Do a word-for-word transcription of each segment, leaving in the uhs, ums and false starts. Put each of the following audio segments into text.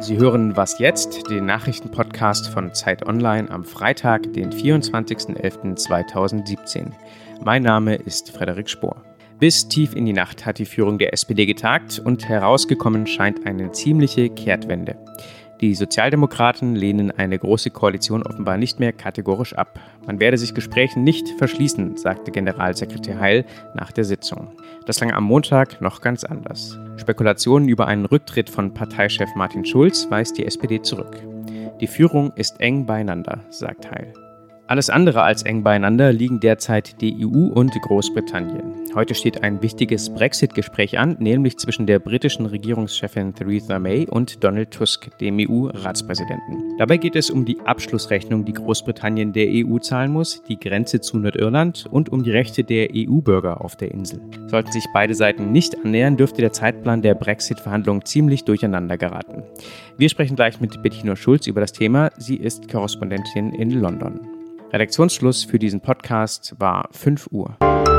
Sie hören Was jetzt?, den Nachrichtenpodcast von Zeit Online am Freitag, den vierundzwanzigsten elften zweitausendsiebzehn. Mein Name ist Frederik Spohr. Bis tief in die Nacht hat die Führung der S P D getagt und herausgekommen scheint eine ziemliche Kehrtwende. Die Sozialdemokraten lehnen eine große Koalition offenbar nicht mehr kategorisch ab. Man werde sich Gesprächen nicht verschließen, sagte Generalsekretär Heil nach der Sitzung. Das klang am Montag noch ganz anders. Spekulationen über einen Rücktritt von Parteichef Martin Schulz weist die S P D zurück. Die Führung ist eng beieinander, sagt Heil. Alles andere als eng beieinander liegen derzeit die E U und Großbritannien. Heute steht ein wichtiges Brexit-Gespräch an, nämlich zwischen der britischen Regierungschefin Theresa May und Donald Tusk, dem E U-Ratspräsidenten. Dabei geht es um die Abschlussrechnung, die Großbritannien der E U zahlen muss, die Grenze zu Nordirland und um die Rechte der E U-Bürger auf der Insel. Sollten sich beide Seiten nicht annähern, dürfte der Zeitplan der Brexit-Verhandlungen ziemlich durcheinander geraten. Wir sprechen gleich mit Bettina Schulz über das Thema. Sie ist Korrespondentin in London. Redaktionsschluss für diesen Podcast war fünf Uhr.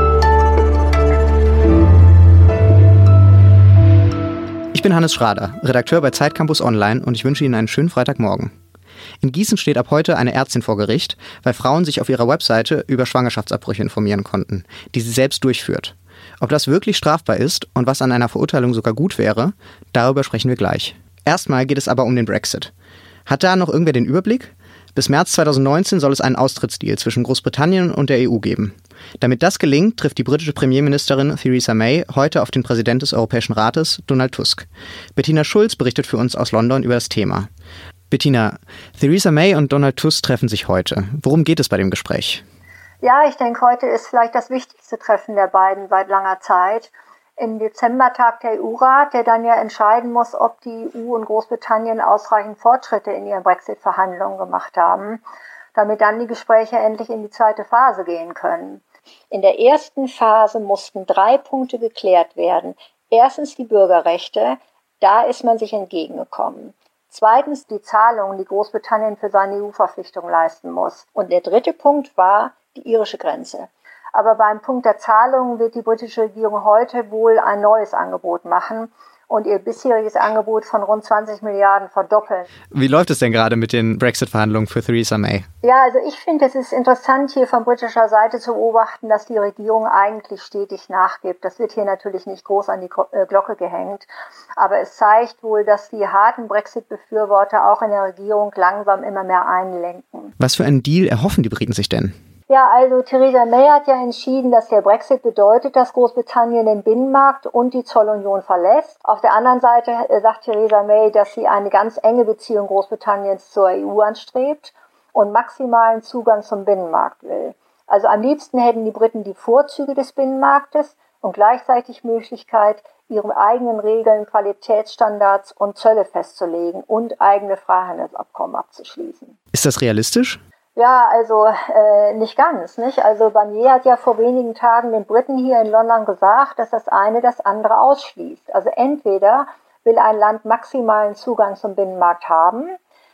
Ich bin Hannes Schrader, Redakteur bei Zeit Campus Online und ich wünsche Ihnen einen schönen Freitagmorgen. In Gießen steht ab heute eine Ärztin vor Gericht, weil Frauen sich auf ihrer Webseite über Schwangerschaftsabbrüche informieren konnten, die sie selbst durchführt. Ob das wirklich strafbar ist und was an einer Verurteilung sogar gut wäre, darüber sprechen wir gleich. Erstmal geht es aber um den Brexit. Hat da noch irgendwer den Überblick? Bis März zweitausendneunzehn soll es einen Austrittsdeal zwischen Großbritannien und der E U geben. Damit das gelingt, trifft die britische Premierministerin Theresa May heute auf den Präsident des Europäischen Rates, Donald Tusk. Bettina Schulz berichtet für uns aus London über das Thema. Bettina, Theresa May und Donald Tusk treffen sich heute. Worum geht es bei dem Gespräch? Ja, ich denke, heute ist vielleicht das wichtigste Treffen der beiden seit langer Zeit. Im Dezember tagt der E U-Rat, der dann ja entscheiden muss, ob die E U und Großbritannien ausreichend Fortschritte in ihren Brexit-Verhandlungen gemacht haben, damit dann die Gespräche endlich in die zweite Phase gehen können. In der ersten Phase mussten drei Punkte geklärt werden. Erstens die Bürgerrechte, da ist man sich entgegengekommen. Zweitens die Zahlungen, die Großbritannien für seine E U-Verpflichtung leisten muss. Und der dritte Punkt war die irische Grenze. Aber beim Punkt der Zahlungen wird die britische Regierung heute wohl ein neues Angebot machen und ihr bisheriges Angebot von rund zwanzig Milliarden verdoppeln. Wie läuft es denn gerade mit den Brexit-Verhandlungen für Theresa May? Ja, also ich finde, es ist interessant, hier von britischer Seite zu beobachten, dass die Regierung eigentlich stetig nachgibt. Das wird hier natürlich nicht groß an die Glocke gehängt. Aber es zeigt wohl, dass die harten Brexit-Befürworter auch in der Regierung langsam immer mehr einlenken. Was für einen Deal erhoffen die Briten sich denn? Ja, also Theresa May hat ja entschieden, dass der Brexit bedeutet, dass Großbritannien den Binnenmarkt und die Zollunion verlässt. Auf der anderen Seite sagt Theresa May, dass sie eine ganz enge Beziehung Großbritanniens zur E U anstrebt und maximalen Zugang zum Binnenmarkt will. Also am liebsten hätten die Briten die Vorzüge des Binnenmarktes und gleichzeitig Möglichkeit, ihre eigenen Regeln, Qualitätsstandards und Zölle festzulegen und eigene Freihandelsabkommen abzuschließen. Ist das realistisch? Ja, also äh, nicht ganz, nicht? Also Barnier hat ja vor wenigen Tagen den Briten hier in London gesagt, dass das eine das andere ausschließt. Also entweder will ein Land maximalen Zugang zum Binnenmarkt haben,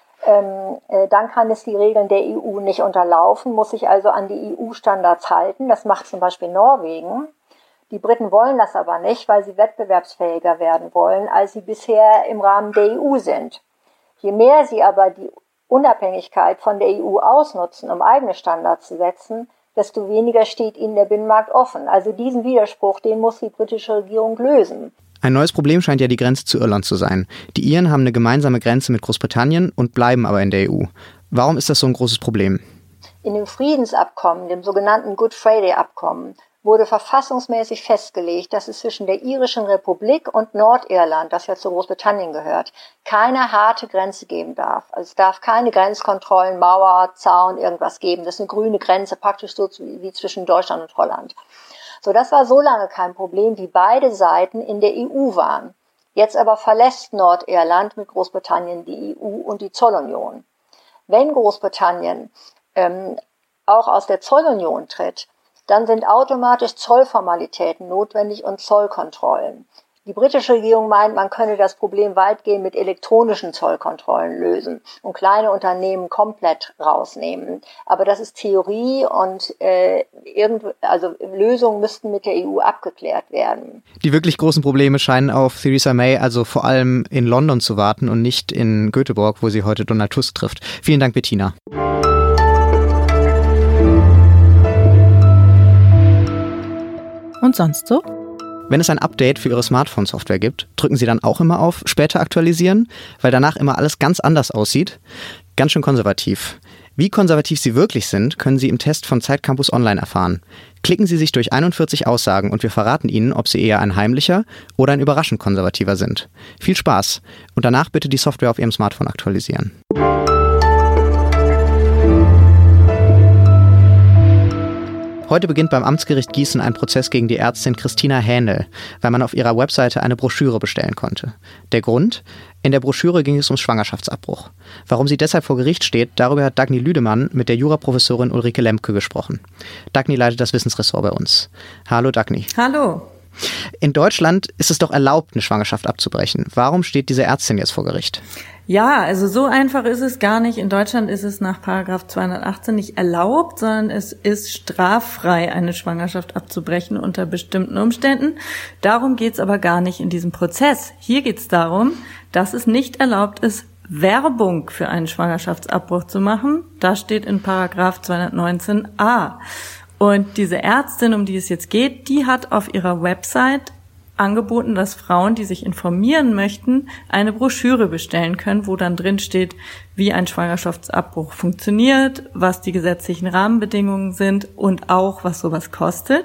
ähm, äh, dann kann es die Regeln der E U nicht unterlaufen, muss sich also an die E U-Standards halten. Das macht zum Beispiel Norwegen. Die Briten wollen das aber nicht, weil sie wettbewerbsfähiger werden wollen, als sie bisher im Rahmen der E U sind. Je mehr sie aber die Unabhängigkeit von der E U ausnutzen, um eigene Standards zu setzen, desto weniger steht ihnen der Binnenmarkt offen. Also diesen Widerspruch, den muss die britische Regierung lösen. Ein neues Problem scheint ja die Grenze zu Irland zu sein. Die Iren haben eine gemeinsame Grenze mit Großbritannien und bleiben aber in der E U. Warum ist das so ein großes Problem? In dem Friedensabkommen, dem sogenannten Good Friday-Abkommen, wurde verfassungsmäßig festgelegt, dass es zwischen der irischen Republik und Nordirland, das ja zu Großbritannien gehört, keine harte Grenze geben darf. Also es darf keine Grenzkontrollen, Mauer, Zaun, irgendwas geben. Das ist eine grüne Grenze, praktisch so wie zwischen Deutschland und Holland. So, das war so lange kein Problem, wie beide Seiten in der E U waren. Jetzt aber verlässt Nordirland mit Großbritannien die E U und die Zollunion. Wenn Großbritannien ähm, auch aus der Zollunion tritt, dann sind automatisch Zollformalitäten notwendig und Zollkontrollen. Die britische Regierung meint, man könne das Problem weitgehend mit elektronischen Zollkontrollen lösen und kleine Unternehmen komplett rausnehmen. Aber das ist Theorie und äh, irgend, also Lösungen müssten mit der E U abgeklärt werden. Die wirklich großen Probleme scheinen auf Theresa May also vor allem in London zu warten und nicht in Göteborg, wo sie heute Donald Tusk trifft. Vielen Dank, Bettina. Und sonst so? Wenn es ein Update für Ihre Smartphone-Software gibt, drücken Sie dann auch immer auf Später aktualisieren, weil danach immer alles ganz anders aussieht. Ganz schön konservativ. Wie konservativ Sie wirklich sind, können Sie im Test von Zeit Campus Online erfahren. Klicken Sie sich durch einundvierzig Aussagen und wir verraten Ihnen, ob Sie eher ein heimlicher oder ein überraschend konservativer sind. Viel Spaß und danach bitte die Software auf Ihrem Smartphone aktualisieren. Heute beginnt beim Amtsgericht Gießen ein Prozess gegen die Ärztin Christina Hähnel, weil man auf ihrer Webseite eine Broschüre bestellen konnte. Der Grund? In der Broschüre ging es um Schwangerschaftsabbruch. Warum sie deshalb vor Gericht steht, darüber hat Dagny Lüdemann mit der Juraprofessorin Ulrike Lemke gesprochen. Dagny leitet das Wissensressort bei uns. Hallo Dagny. Hallo. In Deutschland ist es doch erlaubt, eine Schwangerschaft abzubrechen. Warum steht diese Ärztin jetzt vor Gericht? Ja, also so einfach ist es gar nicht. In Deutschland ist es nach Paragraph zweihundertachtzehn nicht erlaubt, sondern es ist straffrei, eine Schwangerschaft abzubrechen unter bestimmten Umständen. Darum geht's aber gar nicht in diesem Prozess. Hier geht's darum, dass es nicht erlaubt ist, Werbung für einen Schwangerschaftsabbruch zu machen. Das steht in Paragraph zweihundertneunzehn a. Und diese Ärztin, um die es jetzt geht, die hat auf ihrer Website angeboten, dass Frauen, die sich informieren möchten, eine Broschüre bestellen können, wo dann drin steht, wie ein Schwangerschaftsabbruch funktioniert, was die gesetzlichen Rahmenbedingungen sind und auch, was sowas kostet.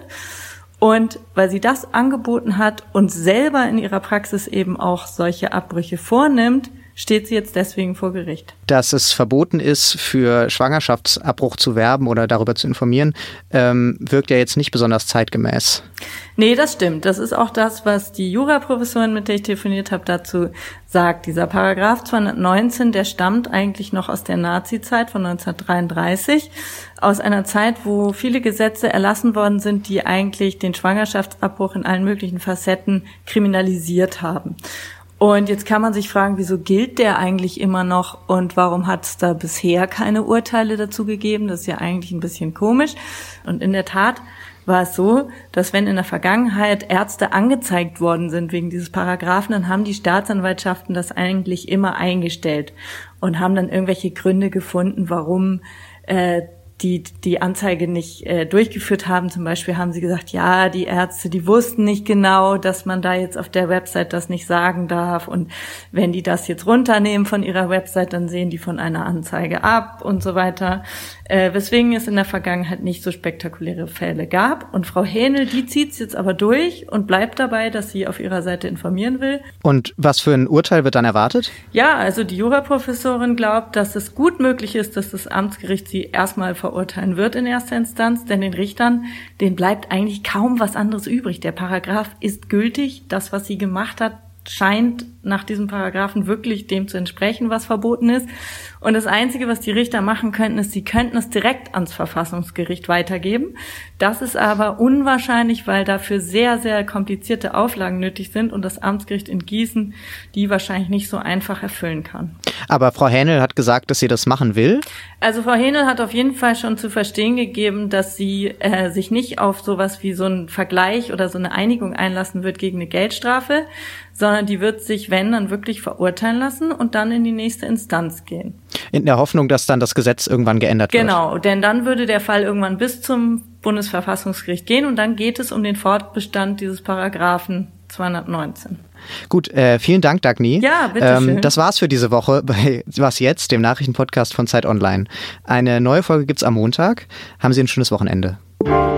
Und weil sie das angeboten hat und selber in ihrer Praxis eben auch solche Abbrüche vornimmt, steht sie jetzt deswegen vor Gericht. Dass es verboten ist, für Schwangerschaftsabbruch zu werben oder darüber zu informieren, ähm, wirkt ja jetzt nicht besonders zeitgemäß. Nee, das stimmt. Das ist auch das, was die Juraprofessorin, mit der ich telefoniert habe, dazu sagt. Dieser Paragraph zweihundertneunzehn, der stammt eigentlich noch aus der Nazi-Zeit von neunzehnhundertdreiunddreißig, aus einer Zeit, wo viele Gesetze erlassen worden sind, die eigentlich den Schwangerschaftsabbruch in allen möglichen Facetten kriminalisiert haben. Und jetzt kann man sich fragen, wieso gilt der eigentlich immer noch und warum hat es da bisher keine Urteile dazu gegeben? Das ist ja eigentlich ein bisschen komisch. Und in der Tat war es so, dass wenn in der Vergangenheit Ärzte angezeigt worden sind wegen dieses Paragraphen, dann haben die Staatsanwaltschaften das eigentlich immer eingestellt und haben dann irgendwelche Gründe gefunden, warum äh, die die Anzeige nicht äh, durchgeführt haben. Zum Beispiel haben sie gesagt, ja, die Ärzte, die wussten nicht genau, dass man da jetzt auf der Website das nicht sagen darf. Und wenn die das jetzt runternehmen von ihrer Website, dann sehen die von einer Anzeige ab und so weiter. Äh, weswegen es in der Vergangenheit nicht so spektakuläre Fälle gab. Und Frau Hähnel, die zieht es jetzt aber durch und bleibt dabei, dass sie auf ihrer Seite informieren will. Und was für ein Urteil wird dann erwartet? Ja, also die Juraprofessorin glaubt, dass es gut möglich ist, dass das Amtsgericht sie erstmal verurteilen wird in erster Instanz, denn den Richtern, denen bleibt eigentlich kaum was anderes übrig. Der Paragraph ist gültig. Das, was sie gemacht hat, scheint nach diesem Paragraphen wirklich dem zu entsprechen, was verboten ist. Und das Einzige, was die Richter machen könnten, ist, sie könnten es direkt ans Verfassungsgericht weitergeben. Das ist aber unwahrscheinlich, weil dafür sehr, sehr komplizierte Auflagen nötig sind und das Amtsgericht in Gießen die wahrscheinlich nicht so einfach erfüllen kann. Aber Frau Hähnel hat gesagt, dass sie das machen will? Also Frau Hähnel hat auf jeden Fall schon zu verstehen gegeben, dass sie äh, sich nicht auf sowas wie so einen Vergleich oder so eine Einigung einlassen wird gegen eine Geldstrafe, sondern die wird sich, wenn, dann wirklich verurteilen lassen und dann in die nächste Instanz gehen. In der Hoffnung, dass dann das Gesetz irgendwann geändert wird. Genau, denn dann würde der Fall irgendwann bis zum Bundesverfassungsgericht gehen und dann geht es um den Fortbestand dieses Paragraphen zweihundertneunzehn. Gut, äh, vielen Dank, Dagny. Ja, bitteschön. Ähm, das war's für diese Woche bei Was Jetzt, dem Nachrichtenpodcast von Zeit Online. Eine neue Folge gibt's am Montag. Haben Sie ein schönes Wochenende.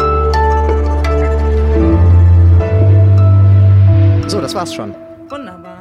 So, das war's schon. Wunderbar.